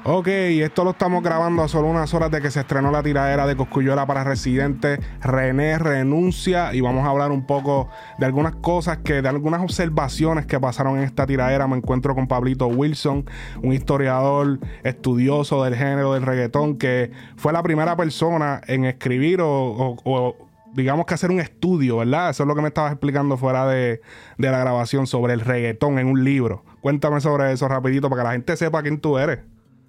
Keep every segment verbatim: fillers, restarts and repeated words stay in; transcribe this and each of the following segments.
Ok, esto lo estamos grabando a solo unas horas de que se estrenó la tiradera de Cosculluela para Residente. René renuncia y vamos a hablar un poco de algunas cosas, que de algunas observaciones que pasaron en esta tiradera. Me encuentro con Pablito Wilson, un historiador estudioso del género del reggaetón, que fue la primera persona en escribir o, o, o digamos que hacer un estudio, ¿verdad? Eso es lo que me estabas explicando fuera de, de la grabación sobre el reggaetón en un libro. Cuéntame sobre eso rapidito para que la gente sepa quién tú eres.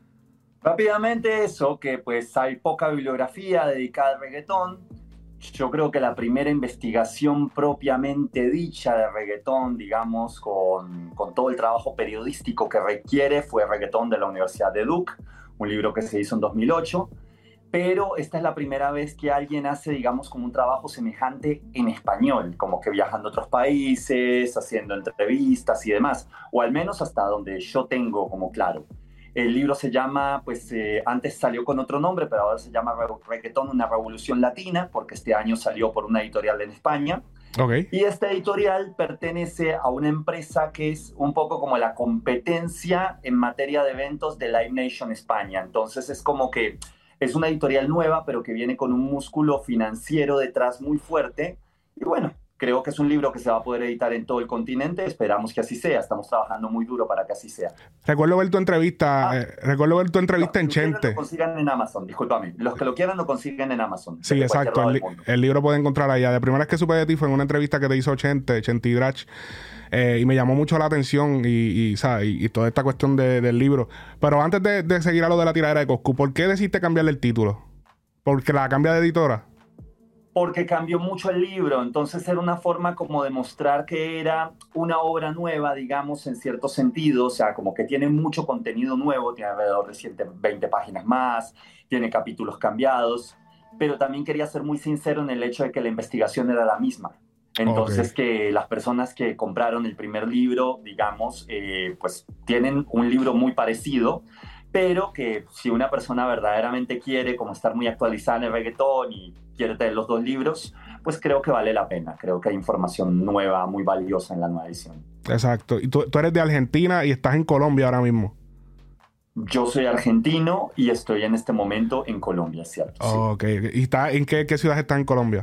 Rápidamente eso, que pues hay poca bibliografía dedicada al reggaetón. Yo creo que la primera investigación propiamente dicha de reggaetón, digamos, con, con todo el trabajo periodístico que requiere, fue Reggaetón de la Universidad de Duke, un libro que se hizo en dos mil ocho. Pero esta es la primera vez que alguien hace, digamos, como un trabajo semejante en español, como que viajando a otros países, haciendo entrevistas y demás, o al menos hasta donde yo tengo como claro. El libro se llama, pues eh, antes salió con otro nombre, pero ahora se llama Reggaetón, una revolución latina, porque este año salió por una editorial en España. Okay. Y esta editorial pertenece a una empresa que es un poco como la competencia en materia de eventos de Live Nation España. Entonces es como que es una editorial nueva, pero que viene con un músculo financiero detrás muy fuerte. Y bueno, creo que es un libro que se va a poder editar en todo el continente. Esperamos que así sea. Estamos trabajando muy duro para que así sea. Recuerdo ver tu entrevista, ah, eh, recuerdo ver tu entrevista no, en Chente. Lo consigan en Amazon, discúlpame. Los que lo quieran lo consiguen en Amazon. Sí, exacto. El, el libro puede encontrar allá. De primera vez que supe de ti fue en una entrevista que te hizo Chente, Chente Hidrach. Eh, y me llamó mucho la atención y, y, ¿sabes? y, y toda esta cuestión de, del libro. Pero antes de, de seguir a lo de la tiradera de Coscu, ¿por qué decidiste cambiarle el título? ¿Porque la cambia de editora? Porque cambió mucho el libro, entonces era una forma como de mostrar que era una obra nueva, digamos, en cierto sentido, o sea, como que tiene mucho contenido nuevo, tiene alrededor de ciento veinte páginas más, tiene capítulos cambiados, pero también quería ser muy sincero en el hecho de que la investigación era la misma. Entonces, okay, que las personas que compraron el primer libro, digamos, eh, pues tienen un libro muy parecido, pero que si una persona verdaderamente quiere como estar muy actualizada en el reggaetón y quiere tener los dos libros, pues creo que vale la pena. Creo que hay información nueva, muy valiosa en la nueva edición. Exacto. Y tú, tú eres de Argentina y estás en Colombia ahora mismo. Yo soy argentino y estoy en este momento en Colombia, ¿cierto? Oh, sí. Ok. ¿Y está, en qué, qué ciudad estás en Colombia?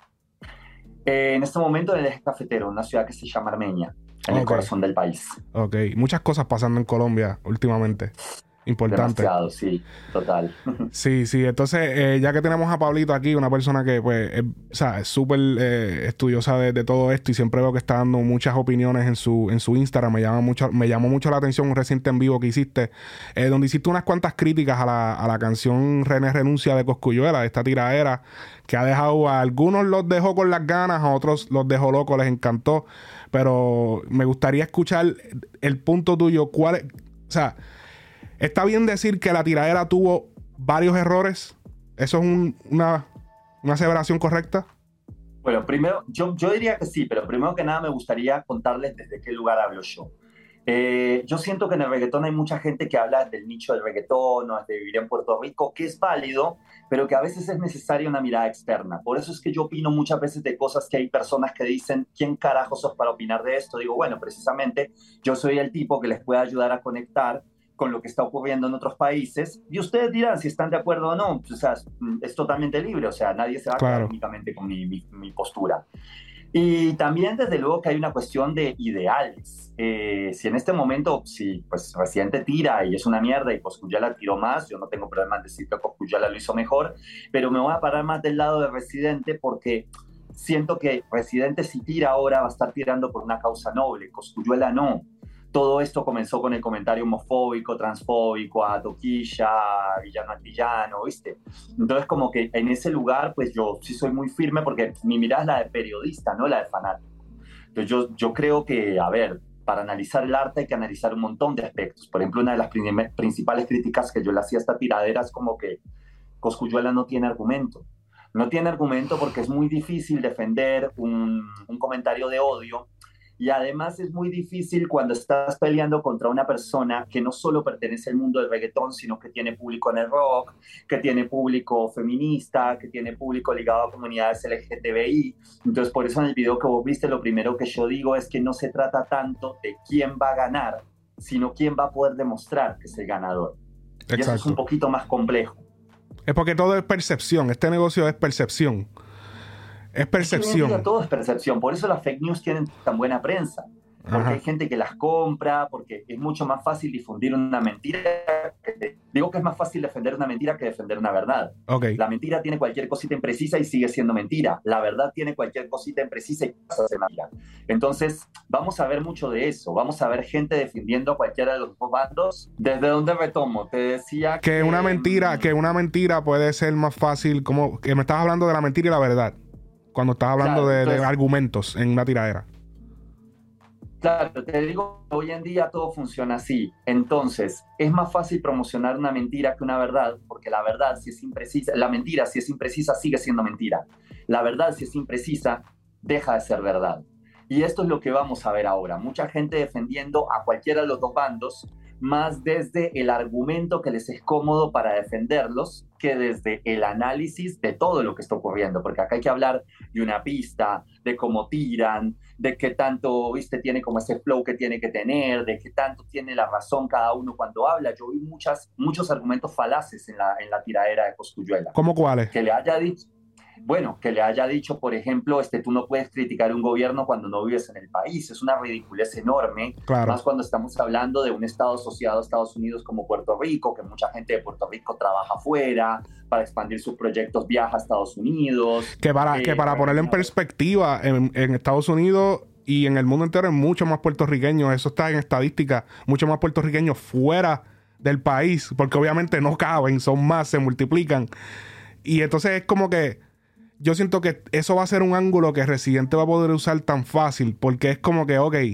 Eh, en este momento en el eje cafetero, una ciudad que se llama Armenia, en okay, el corazón del país. Ok. Muchas cosas pasando en Colombia últimamente. Importante. Demasiado, sí, total. Sí, sí. Entonces, eh, ya que tenemos a Pablito aquí, una persona que pues es, o sea, es súper eh, estudiosa de, de todo esto y siempre veo que está dando muchas opiniones en su, en su Instagram. Me llama mucho, me llamó mucho la atención un reciente en vivo que hiciste, eh, donde hiciste unas cuantas críticas a la, a la canción René Renuncia de Cosculluela, esta tiradera que ha dejado a algunos los dejó con las ganas, a otros los dejó locos, les encantó. Pero me gustaría escuchar el punto tuyo. ¿Cuál es? O sea, ¿está bien decir que la tiradera tuvo varios errores? ¿Eso es un, una, una aseveración correcta? Bueno, primero, yo, yo diría que sí, pero primero que nada me gustaría contarles desde qué lugar hablo yo. Eh, yo siento que en el reggaetón hay mucha gente que habla del nicho del reggaetón o de vivir en Puerto Rico, que es válido, pero que a veces es necesaria una mirada externa. Por eso es que yo opino muchas veces de cosas que hay personas que dicen, ¿quién carajo sos para opinar de esto? Digo, bueno, precisamente yo soy el tipo que les puede ayudar a conectar con lo que está ocurriendo en otros países, y ustedes dirán si están de acuerdo o no. O sea, es, es totalmente libre, o sea, nadie se va a quedar claro. únicamente con mi, mi, mi postura. Y también, desde luego, que hay una cuestión de ideales. Eh, si en este momento, si pues Residente tira y es una mierda y Cosculluela tiró más, yo no tengo problema en decir que Cosculluela lo hizo mejor, pero me voy a parar más del lado de Residente porque siento que Residente, si tira ahora, va a estar tirando por una causa noble, Cosculluela no. Todo esto comenzó con el comentario homofóbico, transfóbico, a Toquilla, villano antillano, ¿viste? Entonces, como que en ese lugar, pues yo sí soy muy firme porque mi mirada es la de periodista, no la de fanático. Entonces, yo, yo creo que, a ver, para analizar el arte hay que analizar un montón de aspectos. Por ejemplo, una de las principales críticas que yo le hacía a esta tiradera es como que Cosculluela no tiene argumento. No tiene argumento porque es muy difícil defender un, un comentario de odio. Y además es muy difícil cuando estás peleando contra una persona que no solo pertenece al mundo del reggaetón, sino que tiene público en el rock, que tiene público feminista, que tiene público ligado a comunidades L G T B I. Entonces, por eso en el video que vos viste, lo primero que yo digo es que no se trata tanto de quién va a ganar, sino quién va a poder demostrar que es el ganador. Y eso es un poquito más complejo. Es porque todo es percepción. Este negocio es percepción. Es percepción. Es que todo es percepción. Por eso las fake news tienen tan buena prensa. Porque Ajá. hay gente que las compra, porque es mucho más fácil difundir una mentira. Que, digo que es más fácil defender una mentira que defender una verdad. Okay. La mentira tiene cualquier cosita imprecisa y sigue siendo mentira. La verdad tiene cualquier cosita imprecisa y pasa a ser mentira. Entonces, vamos a ver mucho de eso. Vamos a ver gente defendiendo a cualquiera de los dos bandos. ¿Desde dónde retomo? Te decía que... Que una mentira, que una mentira puede ser más fácil, como que me estabas hablando de la mentira y la verdad. Cuando estás hablando claro, de, entonces, de argumentos en una tiradera. Claro, te digo, hoy en día todo funciona así. Entonces, es más fácil promocionar una mentira que una verdad, porque la verdad, si es imprecisa, la mentira, si es imprecisa, sigue siendo mentira. La verdad, si es imprecisa, deja de ser verdad. Y esto es lo que vamos a ver ahora. Mucha gente defendiendo a cualquiera de los dos bandos, más desde el argumento que les es cómodo para defenderlos, que desde el análisis de todo lo que está ocurriendo, porque acá hay que hablar de una pista, de cómo tiran, de qué tanto, viste, tiene como ese flow que tiene que tener, de qué tanto tiene la razón cada uno cuando habla. Yo vi muchas, muchos argumentos falaces en la, en la tiradera de Cosculluela. ¿Cómo cuáles? Que le haya dicho, bueno, que le haya dicho, por ejemplo, este, tú no puedes criticar un gobierno cuando no vives en el país. Es una ridiculez enorme, claro. Más cuando estamos hablando de un estado asociado a Estados Unidos como Puerto Rico, que mucha gente de Puerto Rico trabaja afuera, para expandir sus proyectos viaja a Estados Unidos. Que para, eh, que para ponerlo en perspectiva, en, en Estados Unidos y en el mundo entero hay muchos más puertorriqueños, eso está en estadística, muchos más puertorriqueños fuera del país, porque obviamente no caben, son más, se multiplican. Y entonces es como que yo siento que eso va a ser un ángulo que Residente va a poder usar tan fácil, porque es como que, ok,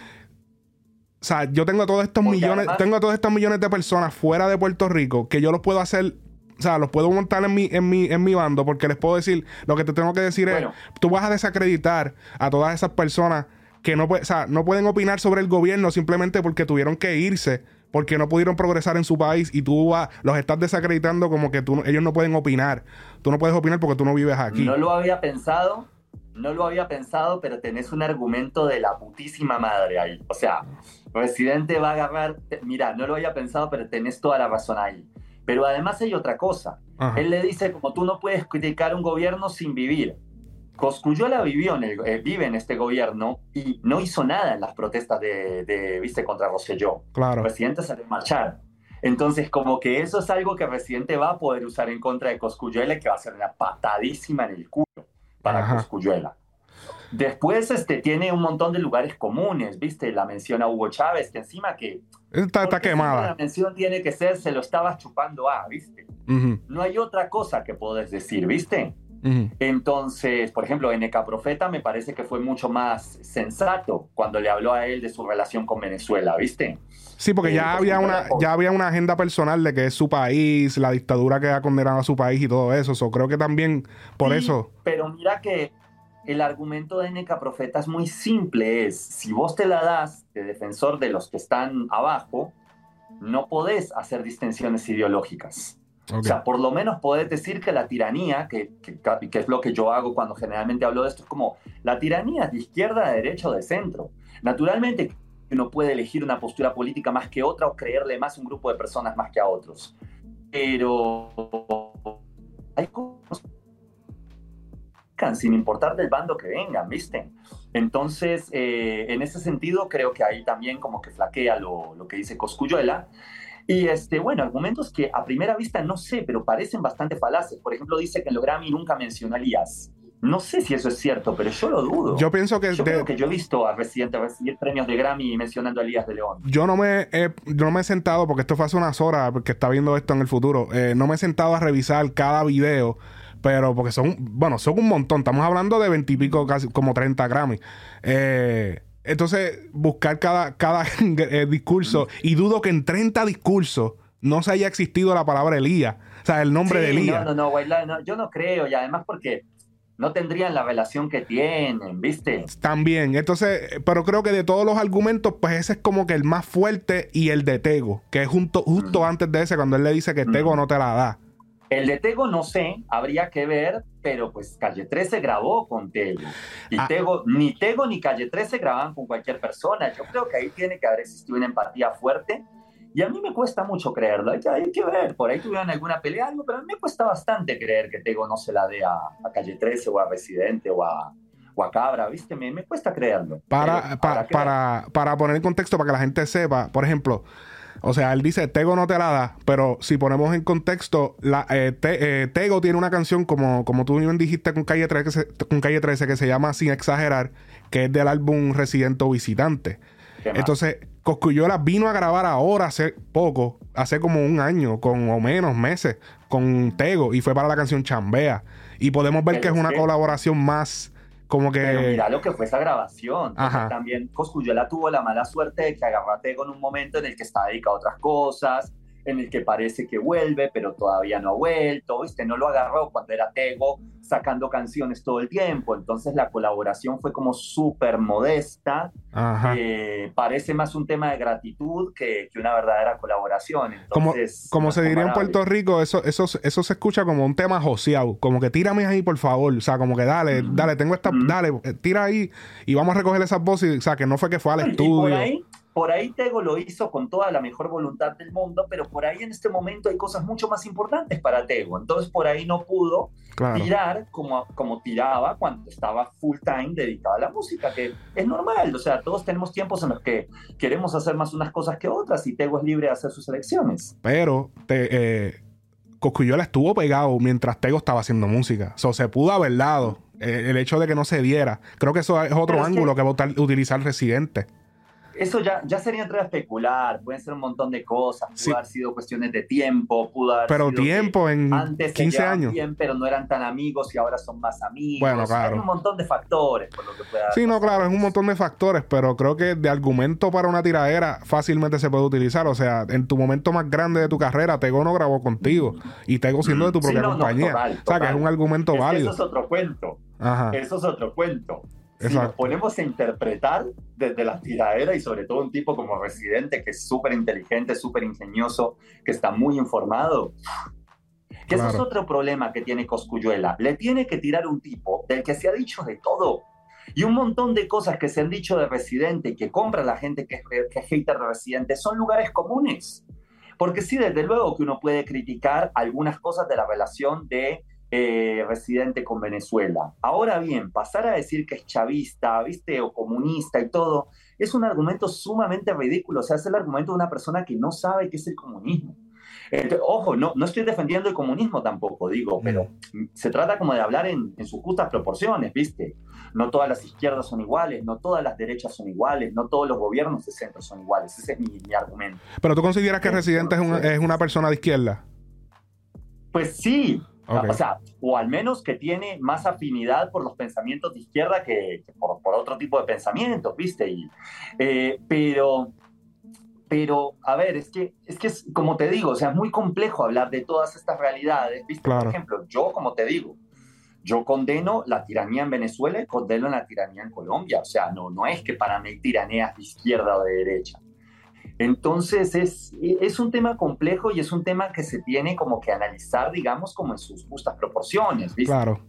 o sea, yo tengo todos estos porque millones, además, tengo todos estos millones de personas fuera de Puerto Rico que yo los puedo hacer, o sea, los puedo montar en mi, en mi, en mi bando, porque les puedo decir, lo que te tengo que decir bueno. es, tú vas a desacreditar a todas esas personas que no, o sea, no pueden opinar sobre el gobierno simplemente porque tuvieron que irse, porque no pudieron progresar en su país, y tú uh, los estás desacreditando como que tú, ellos no pueden opinar. Tú no puedes opinar porque tú no vives aquí. No lo había pensado, no lo había pensado, pero tenés un argumento de la putísima madre ahí. O sea, Residente va a agarrar, mira, no lo había pensado, pero tenés toda la razón ahí. Pero además hay otra cosa. Ajá. Él le dice, como tú no puedes criticar un gobierno sin vivir. Cosculluela vivió en el, eh, vive en este gobierno y no hizo nada en las protestas de, de viste, contra Rosselló. Claro. Residente salió a marchar. Entonces, como que eso es algo que Residente va a poder usar en contra de Cosculluela, que va a ser una patadísima en el culo para Ajá. Cosculluela. Después este, tiene un montón de lugares comunes, ¿viste? La mención a Hugo Chávez, que encima que... Está, está quemada. La mención tiene que ser, se lo estabas chupando a, ¿viste? Uh-huh. No hay otra cosa que podés decir, ¿viste? Uh-huh. Entonces, por ejemplo, N K Profeta me parece que fue mucho más sensato cuando le habló a él de su relación con Venezuela, ¿viste? Sí, porque eh, ya, había una, ya había una agenda personal de que es su país, la dictadura que ha condenado a su país y todo eso. So, creo que también por sí, eso... Pero mira que el argumento de N K Profeta es muy simple. Es, si vos te la das de defensor de los que están abajo, no podés hacer distinciones ideológicas. Okay. O sea, por lo menos podés decir que la tiranía, que, que, que es lo que yo hago cuando generalmente hablo de esto, es como la tiranía es de izquierda, de derecha o de centro. Naturalmente uno puede elegir una postura política más que otra o creerle más a un grupo de personas más que a otros. Pero hay cosas sin importar del bando que vengan, ¿viste? Entonces, eh, en ese sentido, creo que ahí también como que flaquea lo, lo que dice Cosculluela. Y, este, bueno, argumentos que a primera vista no sé, pero parecen bastante falaces. Por ejemplo, dice que en los Grammy nunca mencionó a Elías. No sé si eso es cierto, pero yo lo dudo. Yo pienso que... Yo de... creo que yo he visto a Residente recibir premios de Grammy mencionando a Elías de León. Yo no me he, yo no me he sentado, porque esto fue hace unas horas, porque está viendo esto en el futuro. Eh, no me he sentado a revisar cada video, pero porque son, bueno, son un montón. Estamos hablando de veintipico, casi como treinta Grammy. Eh... Entonces, buscar cada, cada eh, discurso. Y dudo que en treinta discursos no se haya existido la palabra Elías. O sea, el nombre sí, de Elías. No, no, no, güey, no, yo no creo. Y además porque no tendrían la relación que tienen, ¿viste? También. Entonces, pero creo que de todos los argumentos, pues ese es como que el más fuerte, y el de Tego, que es junto, justo mm. antes de ese, cuando él le dice que mm. Tego no te la da. El de Tego no sé, habría que ver, pero pues Calle trece grabó con Tego. Y ah. Tego, ni Tego ni Calle trece grababan con cualquier persona. Yo creo que ahí tiene que haber existido una empatía fuerte. Y a mí me cuesta mucho creerlo, hay que, hay que ver, por ahí tuvieron alguna pelea, algo, pero a mí me cuesta bastante creer que Tego no se la dé a, a Calle trece o a Residente o a, o a Cabra, ¿viste? Me, me cuesta creerlo. Para, pa, para, para poner en contexto, para que la gente sepa, por ejemplo, o sea, él dice, Tego no te la da, pero si ponemos en contexto, la, eh, te, eh, Tego tiene una canción, como, como tú bien dijiste con Calle trece, que se, con Calle trece, que se llama Sin Exagerar, que es del álbum Residente o Visitante. Entonces, Cosculluela vino a grabar ahora, hace poco, hace como un año, con o menos meses, con Tego, y fue para la canción Chambea. Y podemos ver Pero que es una que... colaboración más... Como que... Pero mira lo que fue esa grabación. También Cosculluela tuvo la mala suerte de que agarró a Tego en un momento en el que está dedicado a otras cosas, en el que parece que vuelve, pero todavía no ha vuelto, ¿viste? No lo agarró cuando era Tego sacando canciones todo el tiempo. Entonces la colaboración fue como súper modesta. Eh, parece más un tema de gratitud que, que una verdadera colaboración. Entonces, como como no se diría en Puerto Rico, eso, eso, eso se escucha como un tema joseado. Como que tírame ahí, por favor. O sea, como que dale, mm-hmm. dale, tengo esta... Mm-hmm. Dale, tira ahí y vamos a recoger esas voces. O sea, que no fue que fue al y estudio. Por ahí, por ahí Tego lo hizo con toda la mejor voluntad del mundo, pero por ahí en este momento hay cosas mucho más importantes para Tego. Entonces por ahí no pudo claro. tirar como, como tiraba cuando estaba full time dedicado a la música, que es normal. O sea, todos tenemos tiempos en los que queremos hacer más unas cosas que otras y Tego es libre de hacer sus elecciones. Pero te, eh, Cosculluela estuvo pegado mientras Tego estaba haciendo música. O sea, se pudo haber dado eh, el hecho de que no se diera. Creo que eso es otro pero ángulo es que, que va a utilizar Residente. Eso ya, ya sería entrar a especular, pueden ser un montón de cosas, pudo sí. haber sido cuestiones de tiempo, pudo haber pero sido tiempo en antes quince años. Bien, pero no eran tan amigos y ahora son más amigos. Bueno, claro. Hay un montón de factores por lo que pueda Sí, no, claro, eso. es un montón de factores, pero creo que de argumento para una tiradera fácilmente se puede utilizar. O sea, en tu momento más grande de tu carrera, Tego no grabó contigo y Tego siendo de tu propia sí, no, compañía. No, total, total. O sea, que es un argumento es válido. Eso es otro cuento. Ajá. Eso es otro cuento. Si Exacto. nos ponemos a interpretar desde la tiradera y sobre todo un tipo como Residente que es súper inteligente, súper ingenioso, que está muy informado, que claro. eso es otro problema que tiene Cosculluela. Le tiene que tirar un tipo del que se ha dicho de todo y un montón de cosas que se han dicho de Residente y que compra la gente que es, que es hater de Residente son lugares comunes. Porque sí, desde luego que uno puede criticar algunas cosas de la relación de Eh, Residente con Venezuela. Ahora bien, pasar a decir que es chavista, ¿viste? O comunista y todo, es un argumento sumamente ridículo. O sea, es el argumento de una persona que no sabe qué es el comunismo. Entonces, ojo, no, no estoy defendiendo el comunismo tampoco, digo, pero mm. se trata como de hablar en, en sus justas proporciones, ¿viste? No todas las izquierdas son iguales, no todas las derechas son iguales, no todos los gobiernos de centro son iguales. Ese es mi, mi argumento. ¿Pero tú consideras que eh, Residente es, un, es una persona de izquierda? Pues sí. Okay. O sea, o al menos que tiene más afinidad por los pensamientos de izquierda que, que por, por otro tipo de pensamientos, ¿viste? Y, eh, pero, pero, a ver, es que, es que es, como te digo, o sea, es muy complejo hablar de todas estas realidades, ¿viste? Claro. Por ejemplo, yo, como te digo, yo condeno la tiranía en Venezuela y condeno la tiranía en Colombia. O sea, no, no es que para mí tiranía es de izquierda o de derecha. Entonces es, es un tema complejo y es un tema que se tiene como que analizar, digamos, como en sus justas proporciones, ¿viste? Claro.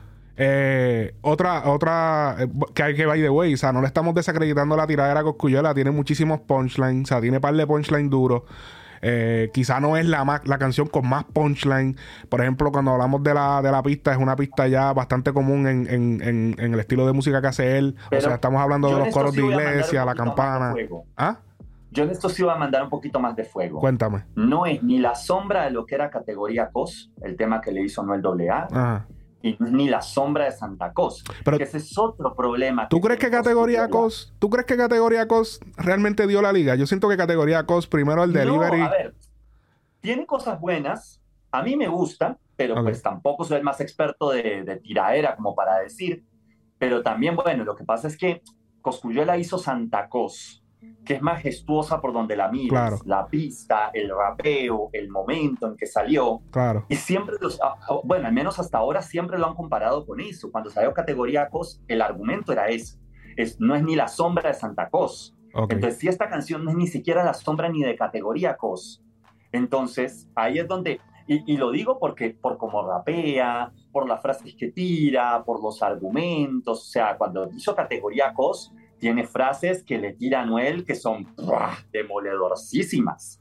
Eh, otra, otra, eh, que hay que by the way, o sea, no le estamos desacreditando la tiradera Cosculluela, tiene muchísimos punchlines, o sea, tiene par de punchlines duros. Eh, quizá no es la, más, la canción con más punchline. Por ejemplo, cuando hablamos de la, de la pista, es una pista ya bastante común en, en, en, en el estilo de música que hace él. Pero o sea, estamos hablando de los coros sí de iglesia, la campana. ¿Ah? Yo en esto sí iba a mandar un poquito más de fuego. Cuéntame. No es ni la sombra de lo que era Categoría Cos, el tema que le hizo Noel doble A, Ajá. y ni la sombra de Santa Cos. Pero que ese es otro problema. ¿Tú crees que Categoría Cos, ¿tú crees que Categoría Cos realmente dio la liga? Yo siento que Categoría Cos primero el delivery. No, a ver, tiene cosas buenas, a mí me gusta, pero okay. pues tampoco soy el más experto de, de tiraera como para decir. Pero también, bueno, lo que pasa es que Cosculluela hizo Santa Cos, que es majestuosa por donde la mires, claro. La pista, el rapeo, el momento en que salió. Claro. Y siempre, los, bueno, al menos hasta ahora siempre lo han comparado con eso. Cuando salió Categoría Cos, el argumento era ese. Es, no es ni la sombra de Santa Cos. Okay. Entonces, si esta canción no es ni siquiera la sombra ni de Categoría Cos, entonces ahí es donde... Y, y lo digo porque por cómo rapea, por las frases que tira, por los argumentos. O sea, cuando hizo Categoría Cos, tiene frases que le tira a Noel que son ¡buah!, demoledorcísimas.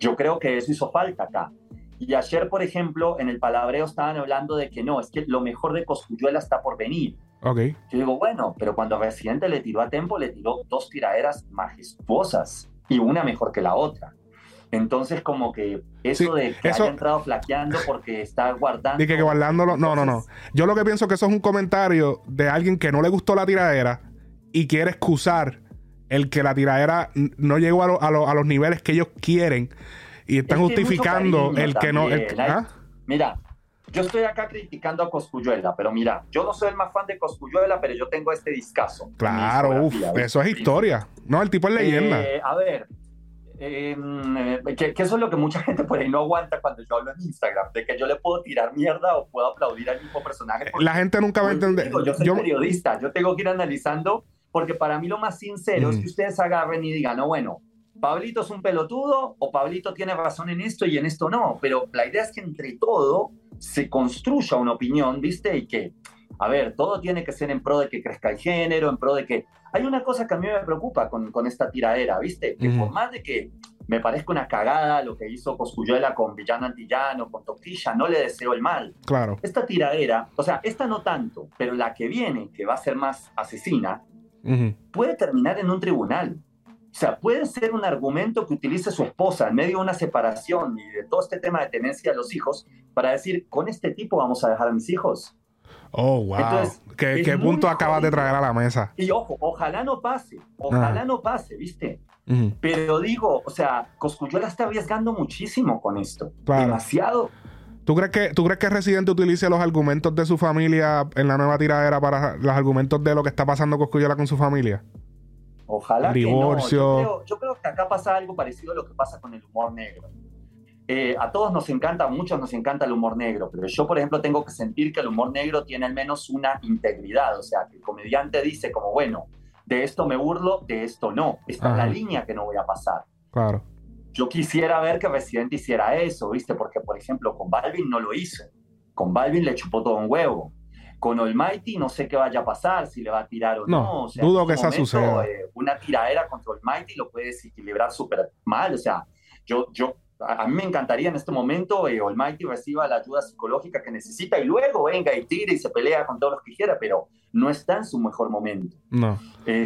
Yo creo que eso hizo falta acá. Y ayer, por ejemplo, en el palabreo estaban hablando de que no, es que lo mejor de Cosculluela está por venir. Okay. Yo digo, bueno, pero cuando Residente le tiró a Tempo, le tiró dos tiraderas majestuosas y una mejor que la otra. Entonces, como que eso sí, de que eso... haya entrado flaqueando porque está guardando... Dije que guardándolo... No, no, no. Yo lo que pienso que eso es un comentario de alguien que no le gustó la tiradera y quiere excusar el que la tiradera no llegó a, lo, a, lo, a los niveles que ellos quieren y están es que justificando el que no... El, ¿ah? Mira, yo estoy acá criticando a Cosculluela, pero mira, yo no soy el más fan de Cosculluela, pero yo tengo este discazo. Claro, uf, eso es historia. No, el tipo es leyenda. Eh, a ver... Eh, que, que eso es lo que mucha gente por ahí no aguanta cuando yo hablo en Instagram, de que yo le puedo tirar mierda o puedo aplaudir al mismo personaje. La gente nunca va a entender. Digo, yo soy yo... periodista, yo tengo que ir analizando, porque para mí lo más sincero mm. es que ustedes agarren y digan, no, bueno, Pablito es un pelotudo o Pablito tiene razón en esto y en esto no, pero la idea es que entre todo se construya una opinión, ¿viste? Y que, a ver, todo tiene que ser en pro de que crezca el género, en pro de que... Hay una cosa que a mí me preocupa con, con esta tiradera, ¿viste? Que mm. por más de que me parezca una cagada lo que hizo Cosculluela con Villano Antillano, con Toquilla, no le deseo el mal. Claro. Esta tiradera, o sea, esta no tanto, pero la que viene, que va a ser más asesina, uh-huh. puede terminar en un tribunal. O sea, puede ser un argumento que utilice su esposa en medio de una separación y de todo este tema de tenencia de los hijos para decir, con este tipo vamos a dejar a mis hijos. Oh, wow. Entonces, ¿Qué, qué punto acabas de traer a la mesa? Y ojo, ojalá no pase, ojalá ah. no pase, ¿viste? Uh-huh. Pero digo, o sea, Cosculluela está arriesgando muchísimo con esto. Claro. Demasiado. ¿Tú crees que, ¿Tú crees que Residente utilice los argumentos de su familia en la nueva tiradera para los argumentos de lo que está pasando Cosculluela con su familia? Ojalá Divorcio. que no. Yo creo, yo creo que acá pasa algo parecido a lo que pasa con el humor negro. Eh, a todos nos encanta, a muchos nos encanta el humor negro, pero yo, por ejemplo, tengo que sentir que el humor negro tiene al menos una integridad, o sea, que el comediante dice como, bueno, de esto me burlo, de esto no. Esta Ajá. es la línea que no voy a pasar. Claro. Yo quisiera ver que Residente hiciera eso, ¿viste? Porque, por ejemplo, con Balvin no lo hizo. Con Balvin le chupó todo un huevo. Con Almighty no sé qué vaya a pasar, si le va a tirar o no. no o sea, dudo que eso suceda. Eh, una tiradera contra Almighty lo puede desequilibrar súper mal. O sea, yo... yo a mí me encantaría en este momento eh, Almighty reciba la ayuda psicológica que necesita y luego venga y tire y se pelea con todos los que quiera, pero no está en su mejor momento. No.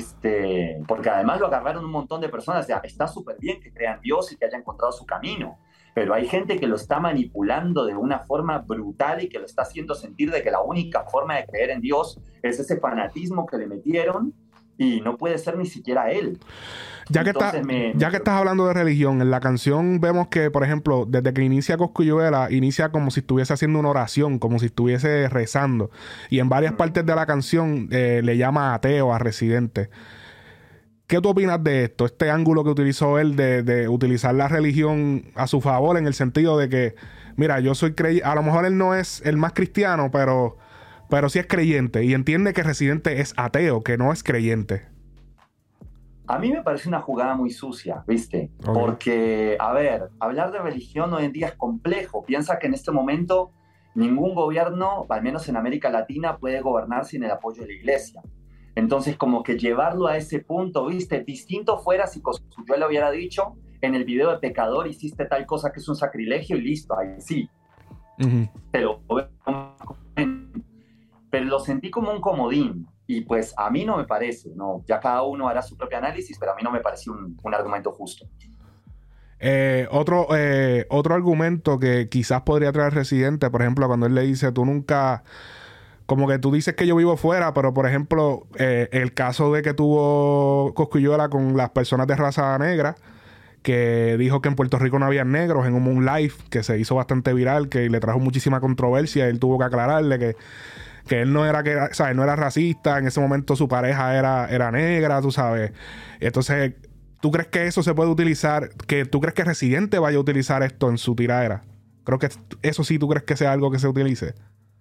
Este, porque además lo agarraron un montón de personas. O sea, está súper bien que crean Dios y que haya encontrado su camino, pero hay gente que lo está manipulando de una forma brutal y que lo está haciendo sentir de que la única forma de creer en Dios es ese fanatismo que le metieron y no puede ser ni siquiera él. Ya que, está, me, ya me... que estás hablando de religión, en la canción vemos que, por ejemplo, desde que inicia Cosculluela, inicia como si estuviese haciendo una oración, como si estuviese rezando. Y en varias mm. partes de la canción eh, le llama ateo a Residente. ¿Qué tú opinas de esto? Este ángulo que utilizó él de, de utilizar la religión a su favor, en el sentido de que, mira, yo soy creyente, a lo mejor él no es el más cristiano, pero, pero sí es creyente. Y entiende que Residente es ateo, que no es creyente. A mí me parece una jugada muy sucia, ¿viste? Okay. Porque, a ver, hablar de religión hoy en día es complejo. Piensa que en este momento ningún gobierno, al menos en América Latina, puede gobernar sin el apoyo de la iglesia. Entonces, como que llevarlo a ese punto, ¿viste? Distinto fuera si Cosculluela hubiera dicho, en el video de Pecador hiciste tal cosa que es un sacrilegio y listo, ahí sí. Uh-huh. Pero, pero lo sentí como un comodín. Y pues a mí no me parece, ¿no? Ya cada uno hará su propio análisis, pero a mí no me pareció un, un argumento justo. Eh, otro, eh, otro argumento que quizás podría traer Residente, por ejemplo, cuando él le dice, tú nunca... Como que tú dices que yo vivo fuera, pero por ejemplo, eh, el caso de que tuvo Cosculluela con las personas de raza negra, que dijo que en Puerto Rico no había negros en un live que se hizo bastante viral, que le trajo muchísima controversia, él tuvo que aclararle que... que él no era que o sea, no era racista, en ese momento su pareja era, era negra, tú sabes. Entonces, ¿tú crees que eso se puede utilizar? ¿Que tú crees que Residente vaya a utilizar esto en su tiradera? Creo que eso sí, ¿tú crees que sea algo que se utilice?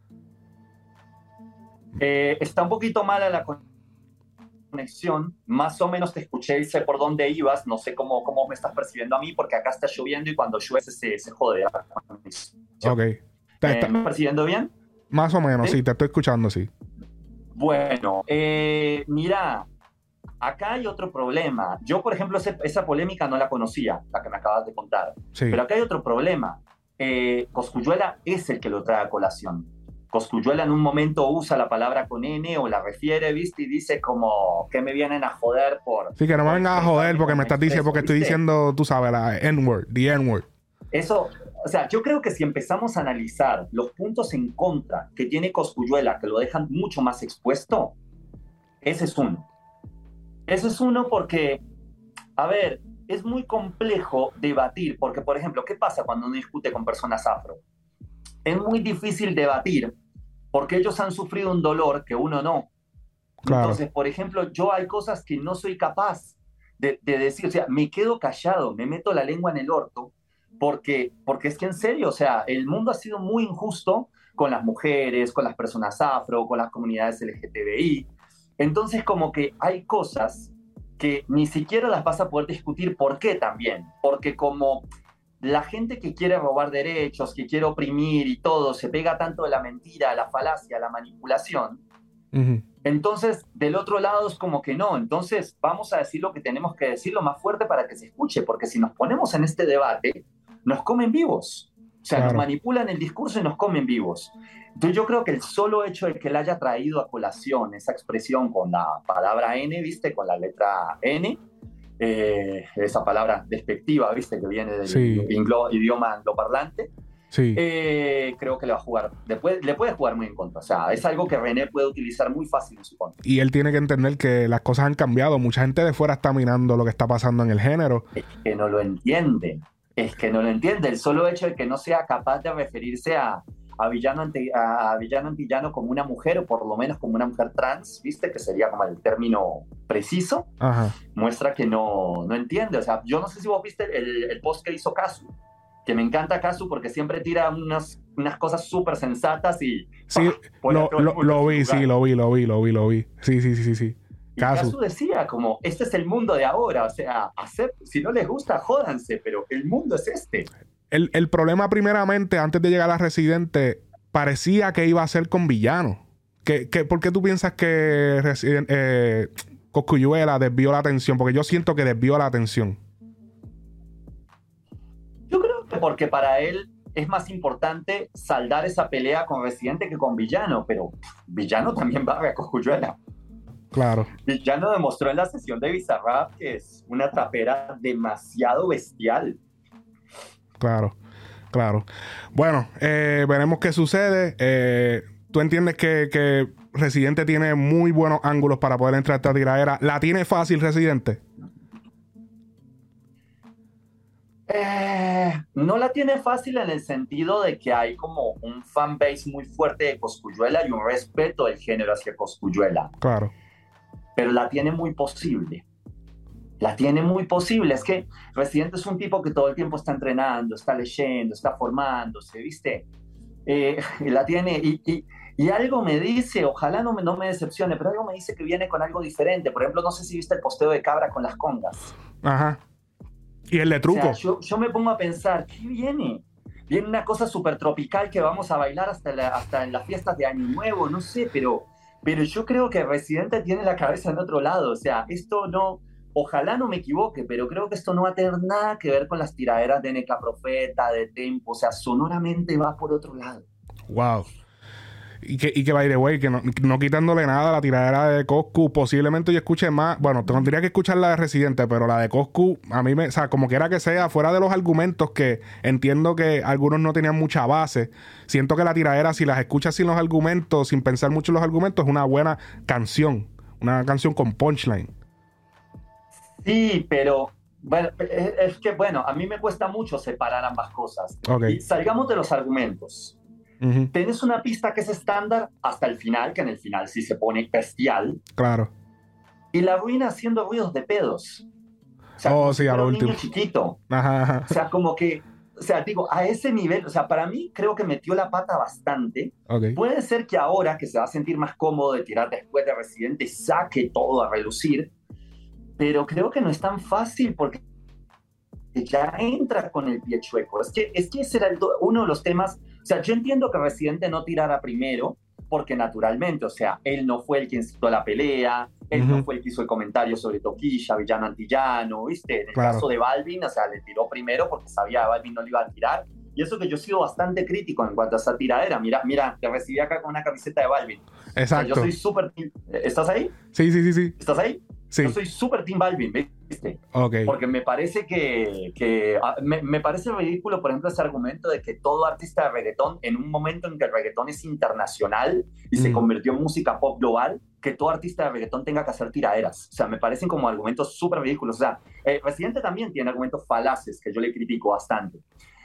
Eh, está un poquito mala la conexión, más o menos te escuché y sé por dónde ibas, no sé cómo, cómo me estás percibiendo a mí, porque acá está lloviendo y cuando llueve se, se jode la conexión. Ok. Eh, ¿Me estás percibiendo bien? Más o menos, ¿sí? Sí, te estoy escuchando, sí. Bueno, eh, mira, acá hay otro problema. Yo, por ejemplo, ese, esa polémica no la conocía, la que me acabas de contar. Sí. Pero acá hay otro problema. Eh, Cosculluela es el que lo trae a colación. Cosculluela en un momento usa la palabra con N o la refiere, ¿viste? Y dice como que me vienen a joder por... Sí, que no me vengas a joder porque me estás diciendo, porque estoy diciendo, tú sabes, la N-word, the N-word. Eso, o sea, yo creo que si empezamos a analizar los puntos en contra que tiene Cosculluela, que lo dejan mucho más expuesto, ese es uno. Ese es uno porque, a ver, es muy complejo debatir, porque, por ejemplo, ¿qué pasa cuando uno discute con personas afro? Es muy difícil debatir porque ellos han sufrido un dolor que uno no. Claro. Entonces, por ejemplo, yo hay cosas que no soy capaz de, de decir, o sea, me quedo callado, me meto la lengua en el orto, porque, porque es que en serio, o sea, el mundo ha sido muy injusto con las mujeres, con las personas afro, con las comunidades L G T B I. Entonces, como que hay cosas que ni siquiera las vas a poder discutir. ¿Por qué también? Porque como la gente que quiere robar derechos, que quiere oprimir y todo, se pega tanto de la mentira, la falacia, la manipulación, uh-huh. Entonces, del otro lado es como que no. Entonces, vamos a decir lo que tenemos que decir lo más fuerte para que se escuche, porque si nos ponemos en este debate, nos comen vivos. O sea, claro. Nos manipulan el discurso y nos comen vivos. Entonces, yo creo que el solo hecho de que él haya traído a colación esa expresión con la palabra N, ¿viste? Con la letra N, Eh, esa palabra despectiva, ¿viste? Que viene del sí. inglo, idioma angloparlante, sí. eh, creo que le va a jugar, le puede, le puede jugar muy en contra. O sea, es algo que René puede utilizar muy fácil en su contra. Y él tiene que entender que las cosas han cambiado. Mucha gente de fuera está mirando lo que está pasando en el género. Es que no lo entiende. Es que no lo entiende. El solo hecho de que no sea capaz de referirse a a villano, anti, a villano antillano como una mujer, o por lo menos como una mujer trans, ¿viste? Que sería como el término preciso. Ajá. Muestra que no, no entiende. O sea, yo no sé si vos viste el, el post que hizo Casu, que me encanta Casu porque siempre tira unas, unas cosas súper sensatas y... Sí, ¡pah! lo, lo, lo vi, sí, lo vi, lo vi, lo vi, lo vi. Sí, sí, sí, sí, sí. Y Casu decía como, este es el mundo de ahora, o sea, hacer, si no les gusta, jódanse, pero el mundo es este. El, el problema primeramente, antes de llegar a Residente, parecía que iba a ser con villano. ¿Qué, qué, ¿Por qué tú piensas que eh, Cosculluela desvió la atención? Porque yo siento que desvió la atención. Yo creo que porque para él es más importante saldar esa pelea con Residente que con Villano, pero Villano también barre a Cosculluela. Claro. Villano demostró en la sesión de Bizarrap que es una trapera demasiado bestial. Claro, claro. Bueno, eh, veremos qué sucede. Eh, ¿Tú entiendes que, que Residente tiene muy buenos ángulos para poder entrar a esta tiradera? ¿La tiene fácil Residente? Eh, no la tiene fácil en el sentido de que hay como un fanbase muy fuerte de Cosculluela y un respeto del género hacia Cosculluela. Claro. Pero la tiene muy posible. La tiene muy posible. Es que Residente es un tipo que todo el tiempo está entrenando, está leyendo, está formándose, ¿viste? Eh, la tiene y, y, y algo me dice, ojalá no me, no me decepcione, pero algo me dice que viene con algo diferente. Por ejemplo, no sé si viste el posteo de Cabra con las congas. Ajá. Y el de truco. O sea, yo, yo me pongo a pensar, ¿qué viene? Viene una cosa súper tropical que vamos a bailar hasta, la, hasta en las fiestas de Año Nuevo, no sé, pero, pero yo creo que Residente tiene la cabeza en otro lado. O sea, esto no... Ojalá no me equivoque, pero creo que esto no va a tener nada que ver con las tiraderas de N K Profeta, de Tempo. O sea, sonoramente va por otro lado. Wow. Y que, y que by the way, que no, no quitándole nada a la tiradera de Coscu, posiblemente yo escuche más. Bueno, tendría que escuchar la de Residente, pero la de Coscu, a mí me. O sea, como quiera que sea, fuera de los argumentos que entiendo que algunos no tenían mucha base, siento que la tiradera, si las escuchas sin los argumentos, sin pensar mucho en los argumentos, es una buena canción. Una canción con punchline. Sí, pero bueno, es que bueno, a mí me cuesta mucho separar ambas cosas. Okay. Y salgamos de los argumentos. Uh-huh. Tenés una pista que es estándar hasta el final, que en el final sí se pone bestial. Claro. Y la ruina haciendo ruidos de pedos. O sea, oh, sí, a lo un último. Niño chiquito. Ajá, ajá. O sea, como que, o sea, digo, a ese nivel, o sea, para mí creo que metió la pata bastante. Okay. Puede ser que ahora, que se va a sentir más cómodo de tirar después de Residente, saque todo a relucir. Pero creo que no es tan fácil porque ya entra con el pie chueco. Es que, es que ese era el do- uno de los temas. O sea, yo entiendo que Residente no tirara primero, porque naturalmente, o sea, él no fue el que incitó la pelea, él uh-huh. no fue el que hizo el comentario sobre Toquilla, Villano Antillano, ¿viste? En el claro. caso de Balvin, o sea, le tiró primero porque sabía que Balvin no le iba a tirar. Y eso que yo he sido bastante crítico en cuanto a esa tiradera. Mira, mira, te recibí acá con una camiseta de Balvin. Exacto. O sea, yo soy súper... ¿Estás ahí? Sí, sí, sí, sí. ¿Estás ahí? Sí. Yo soy súper team Balvin, ¿viste? Okay. Porque me parece que... que me, me parece ridículo, por ejemplo, ese argumento de que todo artista de reggaetón, en un momento en que el reggaetón es internacional y mm. se convirtió en música pop global, que todo artista de reggaetón tenga que hacer tiraderas. O sea, me parecen como argumentos súper ridículos. O sea, eh, Residente también tiene argumentos falaces que yo le critico bastante.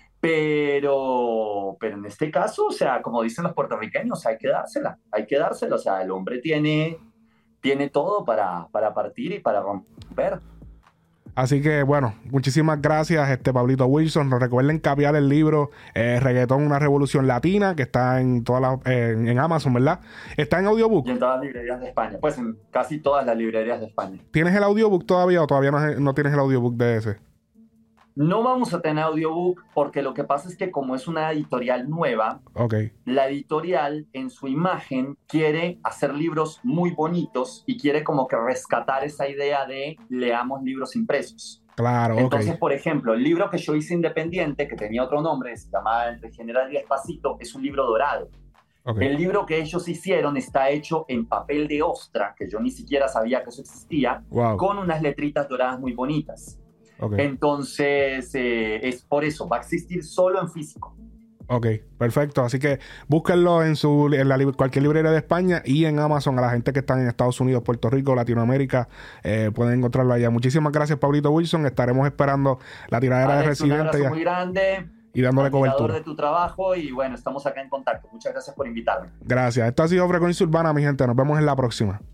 Pero, pero en este caso, o sea, como dicen los puertorriqueños, hay que dársela, hay que dársela. O sea, el hombre tiene, tiene todo para, para partir y para romper. Así que, bueno, muchísimas gracias, este Pablito Wilson. Nos recuerden capear el libro eh, Reggaetón, una revolución latina, que está en todas las, eh, en Amazon, ¿verdad? Está en audiobook. Y en todas las librerías de España, pues en casi todas las librerías de España. ¿Tienes el audiobook todavía o todavía no, no tienes el audiobook de ese? No vamos a tener audiobook porque lo que pasa es que como es una editorial nueva, okay. la editorial en su imagen quiere hacer libros muy bonitos y quiere como que rescatar esa idea de leamos libros impresos. Claro, Entonces, okay. por ejemplo, el libro que yo hice independiente, que tenía otro nombre, se llamaba Entre General y Despacito, es un libro dorado. Okay. El libro que ellos hicieron está hecho en papel de ostra, que yo ni siquiera sabía que eso existía, wow. con unas letritas doradas muy bonitas. Okay. Entonces, eh, es por eso, va a existir solo en físico. Ok, perfecto. Así que búsquenlo en, su, en la, cualquier librería de España y en Amazon. A la gente que está en Estados Unidos, Puerto Rico, Latinoamérica, eh, pueden encontrarlo allá. Muchísimas gracias, Pablito Wilson. Estaremos esperando la tiradera Alex, de Residente. Un abrazo muy grande. Y dándole cobertura. de tu trabajo y bueno, estamos acá en contacto. Muchas gracias por invitarme. Gracias. Esto ha sido Frecuencia Urbana, mi gente. Nos vemos en la próxima.